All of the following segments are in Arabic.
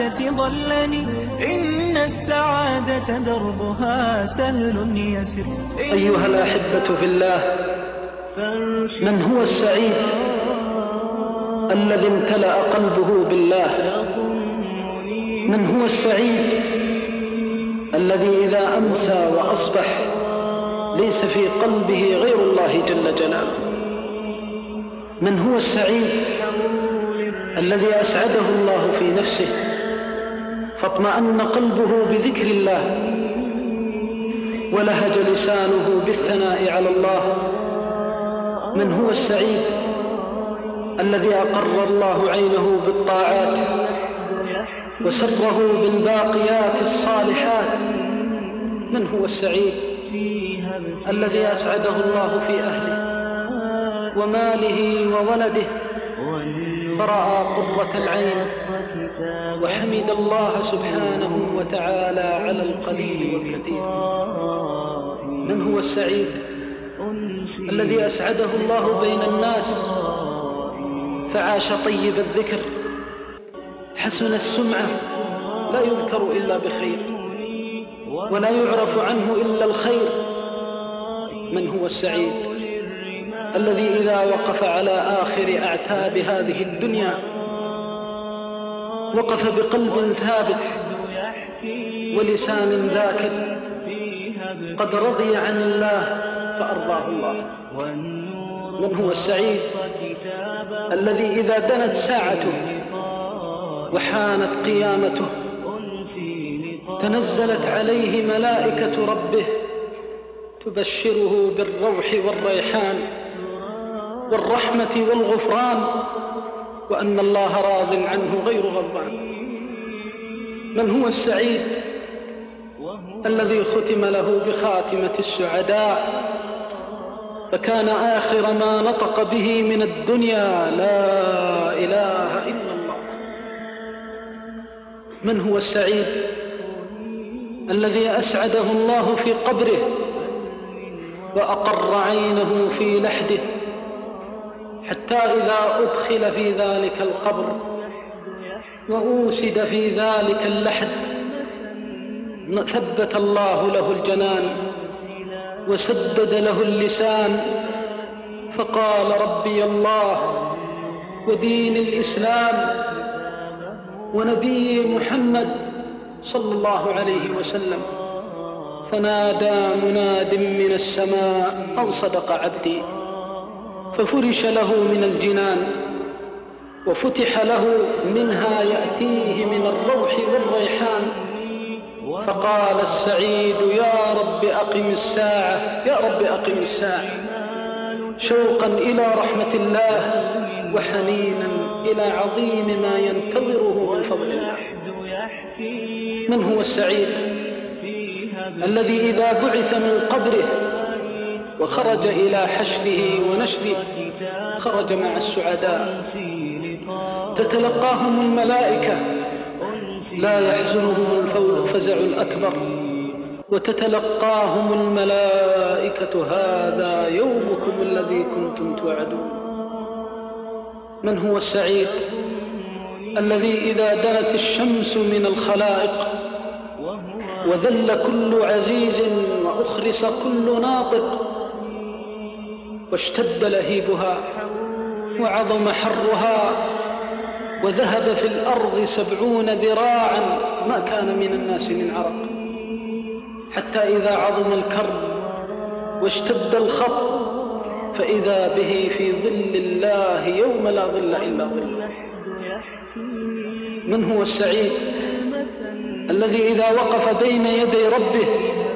السعادة ضلني، إن السعادة دربها سهل يسر. أيها الأحبة في الله، من هو السعيد الذي امتلأ قلبه بالله؟ من هو السعيد الذي إذا أمسى وأصبح ليس في قلبه غير الله جل جلاله؟ من هو السعيد الذي أسعده الله في نفسه فاطمأن قلبه بذكر الله ولهج لسانه بالثناء على الله؟ من هو السعيد الذي أقر الله عينه بالطاعات وسره بالباقيات الصالحات؟ من هو السعيد الذي أسعده الله في أهله وماله وولده فرأى قرة العين وحمد الله سبحانه وتعالى على القليل والكثير؟ من هو السعيد الذي أسعده الله بين الناس فعاش طيب الذكر حسن السمعة، لا يذكر إلا بخير ولا يعرف عنه إلا الخير؟ من هو السعيد الذي إذا وقف على آخر أعتاب هذه الدنيا وقف بقلب ثابت ولسان ذاكر قد رضي عن الله فأرضاه الله؟ من هو السعيد الذي إذا دنت ساعته وحانت قيامته تنزلت عليه ملائكة ربه تبشره بالروح والريحان والرحمة والغفران وأن الله راض عنه غير غضبان؟ من هو السعيد الذي ختم له بخاتمة السعداء فكان آخر ما نطق به من الدنيا لا إله إلا الله؟ من هو السعيد الذي أسعده الله في قبره وأقر عينه في لحده حتى إذا أدخل في ذلك القبر وأوسد في ذلك اللحد ثبت الله له الجنان وسدد له اللسان فقال ربي الله ودين الإسلام ونبي محمد صلى الله عليه وسلم، فنادى مناد من السماء أن صدق عبدي، ففرش له من الجنان وفتح له منها يأتيه من الروح والريحان، فقال السعيد يا رب أقم الساعة، يا رب أقم الساعة، شوقا إلى رحمة الله وحنينا إلى عظيم ما ينتظره من فضل الله. من هو السعيد الذي إذا بعث من قبره وخرج إلى حشره ونشره خرج مع السعداء تتلقاهم الملائكة لا يحزنهم الفزع الأكبر وتتلقاهم الملائكة هذا يومكم الذي كنتم توعدون؟ من هو السعيد الذي إذا دنت الشمس من الخلائق وذل كل عزيز وأخرس كل ناطق واشتد لهيبها وعظم حرها وذهب في الأرض 70 ذراعا ما كان من الناس من عرق، حتى إذا عظم الكرب واشتد الخط فإذا به في ظل الله يوم لا ظل إلا ظله؟ من هو السعيد الذي إذا وقف بين يدي ربه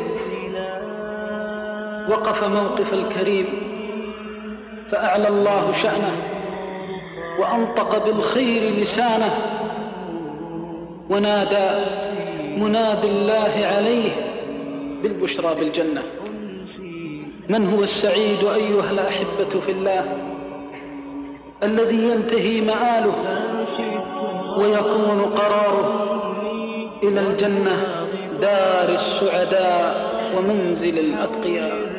وقف موقف الكريم فأعلى الله شأنه وأنطق بالخير لسانه ونادى منادي الله عليه بالبشرى بالجنة؟ من هو السعيد أيها الأحبة في الله الذي ينتهي مآله ويكون قراره إلى الجنة دار السعداء ومنزل الأتقياء؟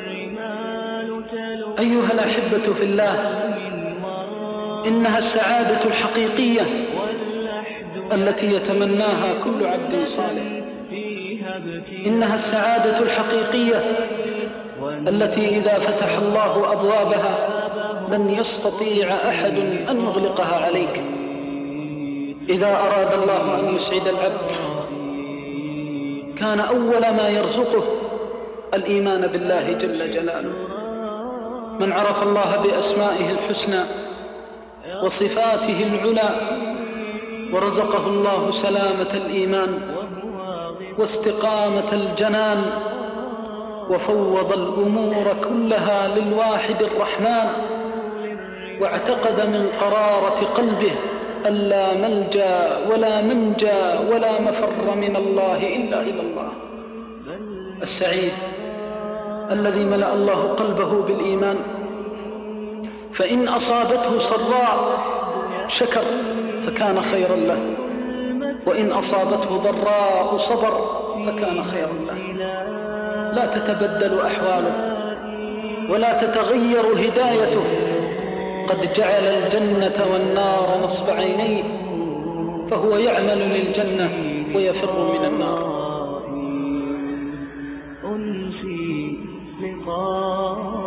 أيها الأحبة في الله، إنها السعادة الحقيقية التي يتمناها كل عبد صالح. إنها السعادة الحقيقية التي إذا فتح الله أبوابها لن يستطيع أحد أن يغلقها عليك. إذا أراد الله أن يسعد العبد كان أول ما يرزقه الإيمان بالله جل جلاله. من عرف الله بأسمائه الحسنى وصفاته العلى ورزقه الله سلامة الإيمان واستقامة الجنان وفوض الأمور كلها للواحد الرحمن واعتقد من قرارة قلبه أن لا ملجأ ولا منجى ولا مفر من الله إلا إلى الله. السعيد الذي ملأ الله قلبه بالإيمان، فإن أصابته سراء شكر فكان خيرا له، وإن أصابته ضراء صبر فكان خيرا له. لا تتبدل أحواله ولا تتغير هدايته. قد جعل الجنة والنار نصب عينيه، فهو يعمل للجنة ويفر من النار.